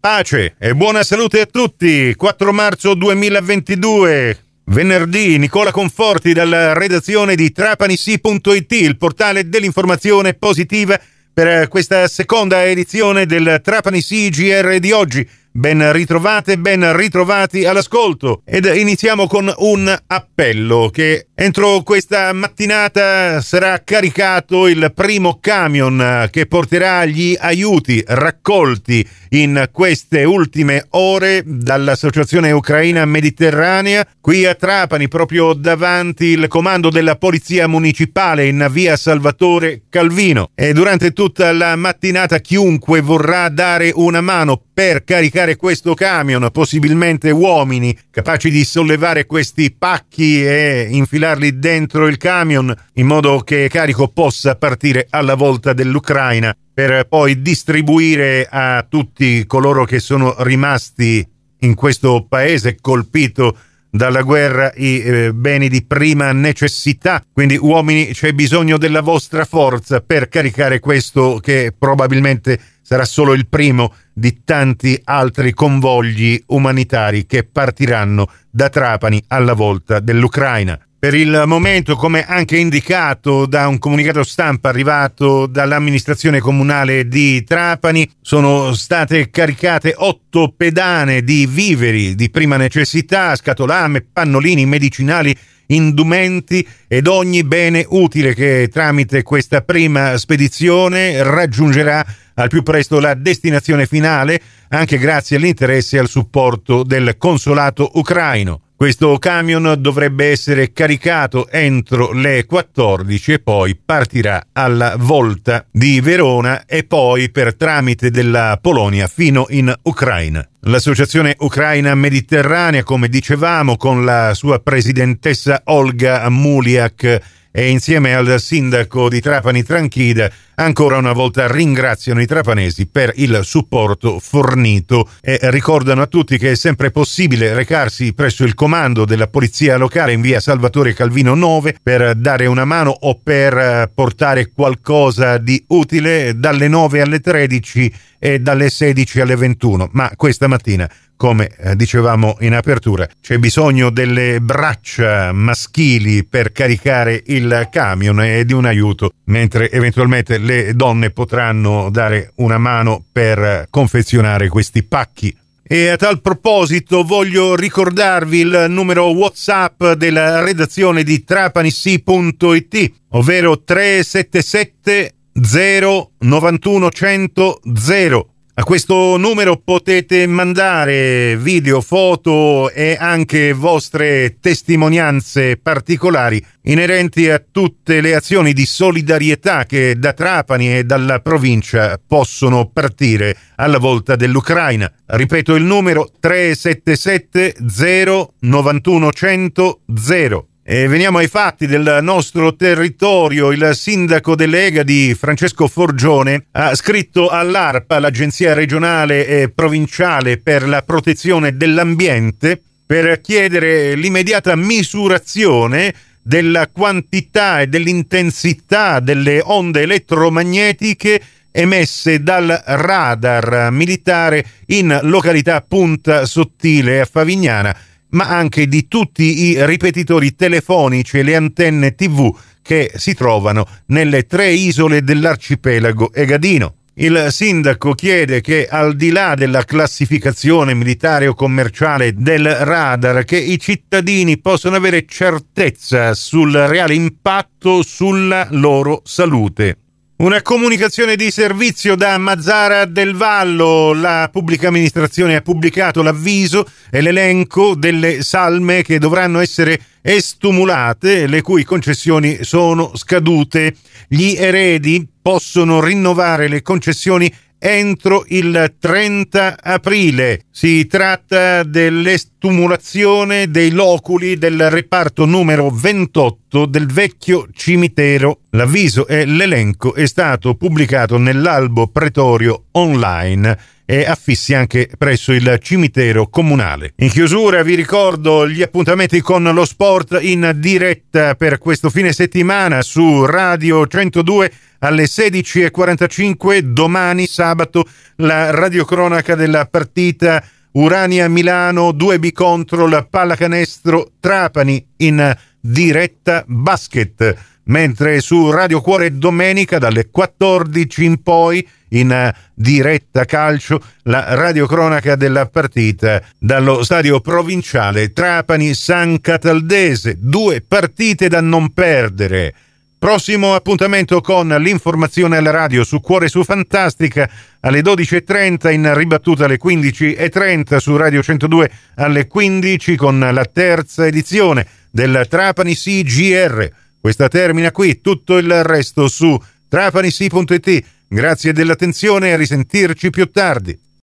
Pace e buona salute a tutti. 4 marzo 2022, venerdì. Nicola Conforti dalla redazione di TrapaniSì.it, il portale dell'informazione positiva, per questa seconda edizione del Trapani Sì GR di oggi. Ben ritrovate, ben ritrovati all'ascolto, ed iniziamo con un appello che entro questa mattinata sarà caricato il primo camion che porterà gli aiuti raccolti in queste ultime ore dall'Associazione Ucraina Mediterranea qui a Trapani, proprio davanti il comando della Polizia Municipale in via Salvatore Calvino. E durante tutta la mattinata chiunque vorrà dare una mano per caricare questo camion, possibilmente uomini capaci di sollevare questi pacchi e infilarli dentro il camion in modo che il carico possa partire alla volta dell'Ucraina per poi distribuire a tutti coloro che sono rimasti in questo paese colpito dalla guerra i beni di prima necessità. Quindi uomini, c'è bisogno della vostra forza per caricare questo che probabilmente sarà solo il primo di tanti altri convogli umanitari che partiranno da Trapani alla volta dell'Ucraina. Per il momento, come anche indicato da un comunicato stampa arrivato dall'amministrazione comunale di Trapani, sono state caricate 8 pedane di viveri di prima necessità, scatolame, pannolini, medicinali, indumenti ed ogni bene utile che tramite questa prima spedizione raggiungerà al più presto la destinazione finale, anche grazie all'interesse e al supporto del consolato ucraino. Questo camion dovrebbe essere caricato entro le 14 e poi partirà alla volta di Verona e poi per tramite della Polonia fino in Ucraina. L'Associazione Ucraina Mediterranea, come dicevamo, con la sua presidentessa Olga Muliak e insieme al sindaco di Trapani Tranchida, ancora una volta ringraziano i trapanesi per il supporto fornito e ricordano a tutti che è sempre possibile recarsi presso il comando della polizia locale in via Salvatore Calvino 9 per dare una mano o per portare qualcosa di utile dalle 9 alle 13 e dalle 16 alle 21. Ma questa mattina, come dicevamo in apertura, c'è bisogno delle braccia maschili per caricare il camion e di un aiuto, mentre eventualmente le donne potranno dare una mano per confezionare questi pacchi. E a tal proposito voglio ricordarvi il numero WhatsApp della redazione di TrapaniSì.it, ovvero 377 0 91 100 0. A questo numero potete mandare video, foto e anche vostre testimonianze particolari inerenti a tutte le azioni di solidarietà che da Trapani e dalla provincia possono partire alla volta dell'Ucraina. Ripeto il numero 377 0 91 100 0. E veniamo ai fatti del nostro territorio. Il sindaco dell'Egadi, Francesco Forgione, ha scritto all'ARPA, l'Agenzia regionale e provinciale per la protezione dell'ambiente, per chiedere l'immediata misurazione della quantità e dell'intensità delle onde elettromagnetiche emesse dal radar militare in località Punta Sottile a Favignana, ma anche di tutti i ripetitori telefonici e le antenne TV che si trovano nelle 3 isole dell'arcipelago egadino. Il sindaco chiede che, al di là della classificazione militare o commerciale del radar, che i cittadini possano avere certezza sul reale impatto sulla loro salute. Una comunicazione di servizio da Mazzara del Vallo. La pubblica amministrazione ha pubblicato l'avviso e l'elenco delle salme che dovranno essere estumulate, le cui concessioni sono scadute. Gli eredi possono rinnovare le concessioni entro il 30 aprile. Si tratta dell'estumulazione dei loculi del reparto numero 28 del vecchio cimitero. L'avviso e l'elenco è stato pubblicato nell'albo pretorio online e affissi anche presso il cimitero comunale. In chiusura vi ricordo gli appuntamenti con lo sport in diretta per questo fine settimana su Radio 102 alle 16:45, domani sabato la radiocronaca della partita Urania Milano 2B contro la Pallacanestro Trapani in diretta basket, mentre su Radio Cuore domenica dalle 14 in poi in diretta calcio la radiocronaca della partita dallo stadio provinciale Trapani San Cataldese, 2 partite da non perdere. Prossimo appuntamento con l'informazione alla radio su Cuore su Fantastica alle 12:30, in ribattuta alle 15:30 su Radio 102 alle 15 con la terza edizione del Trapani CGR. Questa termina qui, tutto il resto su trapanisi.it. Grazie dell'attenzione e a risentirci più tardi.